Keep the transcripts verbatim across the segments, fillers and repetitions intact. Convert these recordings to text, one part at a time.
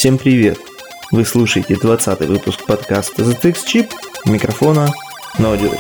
Всем привет! Вы слушаете двадцатый выпуск подкаста зет икс Chip, у микрофона Nodius.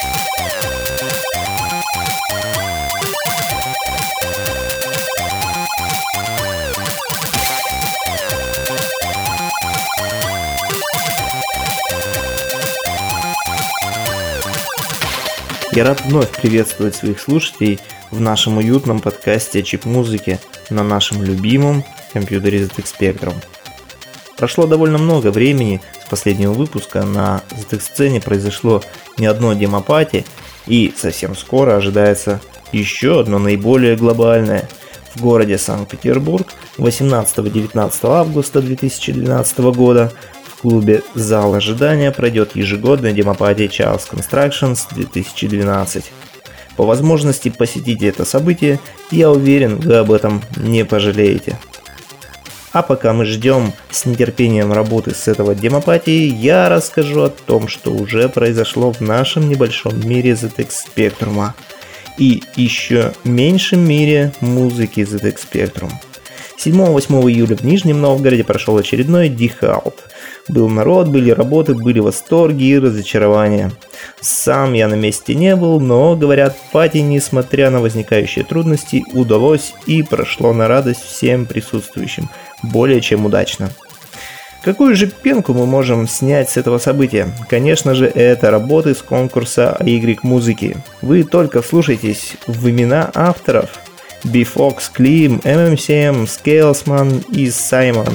Я рад вновь приветствовать своих слушателей в нашем уютном подкасте о чип-музыке на нашем любимом компьютере зет икс Spectrum. Прошло довольно много времени с последнего выпуска, на зет икс-сцене произошло не одно демопати, и совсем скоро ожидается еще одно наиболее глобальное. В городе Санкт-Петербург восемнадцатого-девятнадцатого августа две тысячи двенадцатого года в клубе «Зал ожидания» пройдет ежегодная демопати Chaos Constructions две тысячи двенадцать. По возможности посетите это событие, и я уверен, вы об этом не пожалеете. А пока мы ждем с нетерпением работы с этого демопатии, я расскажу о том, что уже произошло в нашем небольшом мире зет икс Spectrum и еще меньшем мире музыки зет икс Spectrum. седьмого-восьмого июля в Нижнем Новгороде прошел очередной Dehalt. Был народ, были работы, были восторги и разочарования. Сам я на месте не был, но, говорят, пати, несмотря на возникающие трудности, удалось и прошло на радость всем присутствующим. Более чем удачно. Какую же пенку мы можем снять с этого события? Конечно же, это работы с конкурса эй игрек музыки. Вы только вслушайтесь в имена авторов: B-Fox, Klim, эм эм си эм, Scalesman и Simon.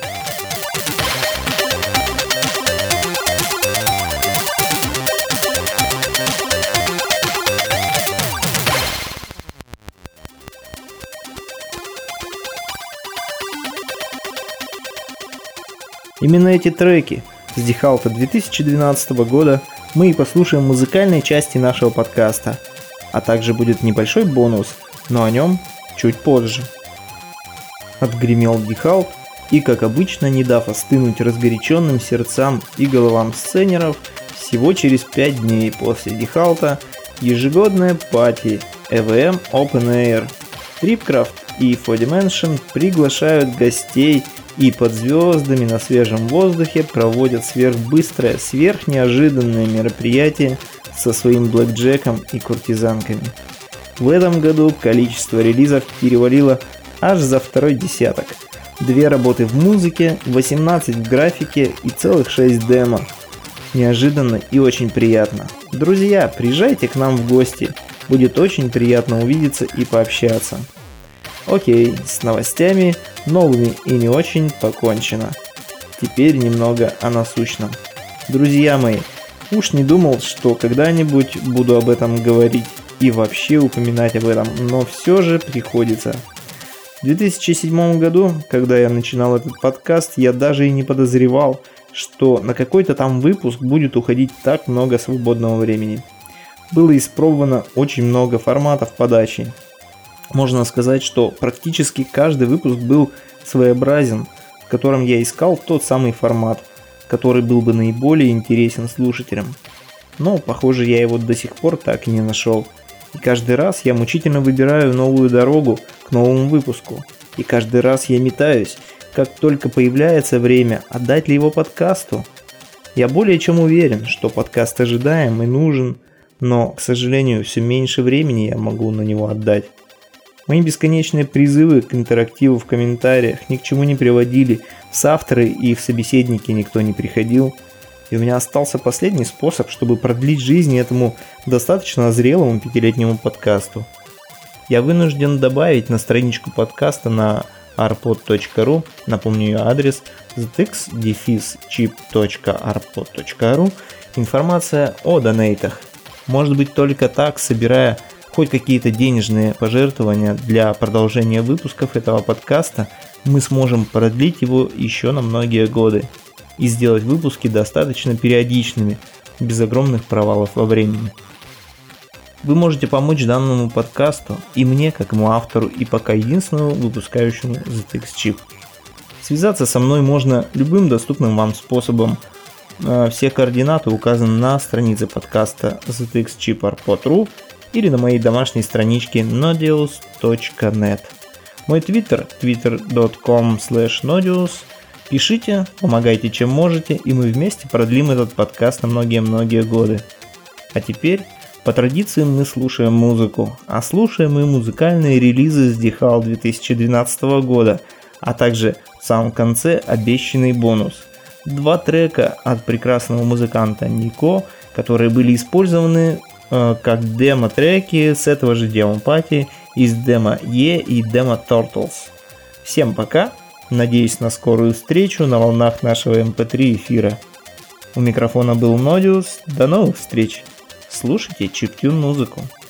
Именно эти треки с Dehalt две тысячи двенадцатого года мы и послушаем в музыкальной части нашего подкаста, а также будет небольшой бонус, но о нем чуть позже. Отгремел Dehalt, и, как обычно, не дав остынуть разгоряченным сердцам и головам сценеров, всего через пять дней после Dehalt ежегодная пати и ви эм Open Air. Tripcraft и фор Dimension приглашают гостей и под звездами на свежем воздухе проводят сверхбыстрое, сверхнеожиданное мероприятие со своим блэкджеком и куртизанками. В этом году количество релизов перевалило аж за второй десяток. Две работы в музыке, восемнадцать в графике и целых шесть демо. Неожиданно и очень приятно. Друзья, приезжайте к нам в гости. Будет очень приятно увидеться и пообщаться. Окей, с новостями, новыми и не очень, покончено. Теперь немного о насущном. Друзья мои, уж не думал, что когда-нибудь буду об этом говорить и вообще упоминать об этом, но все же приходится. В две тысячи седьмом году, когда я начинал этот подкаст, я даже и не подозревал, что на какой-то там выпуск будет уходить так много свободного времени. Было испробовано очень много форматов подачи. Можно сказать, что практически каждый выпуск был своеобразен, в котором я искал тот самый формат, который был бы наиболее интересен слушателям. Но, похоже, я его до сих пор так и не нашел. И каждый раз я мучительно выбираю новую дорогу к новому выпуску. И каждый раз я метаюсь, как только появляется время, отдать ли его подкасту. Я более чем уверен, что подкаст ожидаем и нужен, но, к сожалению, все меньше времени я могу на него отдать. Мои бесконечные призывы к интерактиву в комментариях ни к чему не приводили, в соавторы и в собеседники никто не приходил, и у меня остался последний способ, чтобы продлить жизнь этому достаточно зрелому пятилетнему подкасту. Я вынужден добавить на страничку подкаста на arpod точка ру, напомню ее адрес зет икс чип точка арпод точка ру, информация о донейтах. Может быть, только так, собирая хоть какие-то денежные пожертвования для продолжения выпусков этого подкаста, мы сможем продлить его еще на многие годы и сделать выпуски достаточно периодичными, без огромных провалов во времени. Вы можете помочь данному подкасту и мне, как ему автору и пока единственному выпускающему зет икс Chip. Связаться со мной можно любым доступным вам способом. Все координаты указаны на странице подкаста зет икс чип точка арпод точка ру или на моей домашней страничке nodius точка нет. Мой твиттер твиттер точка ком слэш nodius, Пишите, помогайте чем можете, и мы вместе продлим этот подкаст на многие-многие годы. А теперь, по традиции, мы слушаем музыку, а слушаем мы музыкальные релизы с Дихал две тысячи двенадцатого года, а также в самом конце обещанный бонус. Два трека от прекрасного музыканта Нико, которые были использованы э, как демо-треки с этого же демопати из демо E и демо Turtles. Всем пока! Надеюсь на скорую встречу на волнах нашего эм пэ три эфира. У микрофона был Нодиус. До новых встреч. Слушайте чиптюн музыку.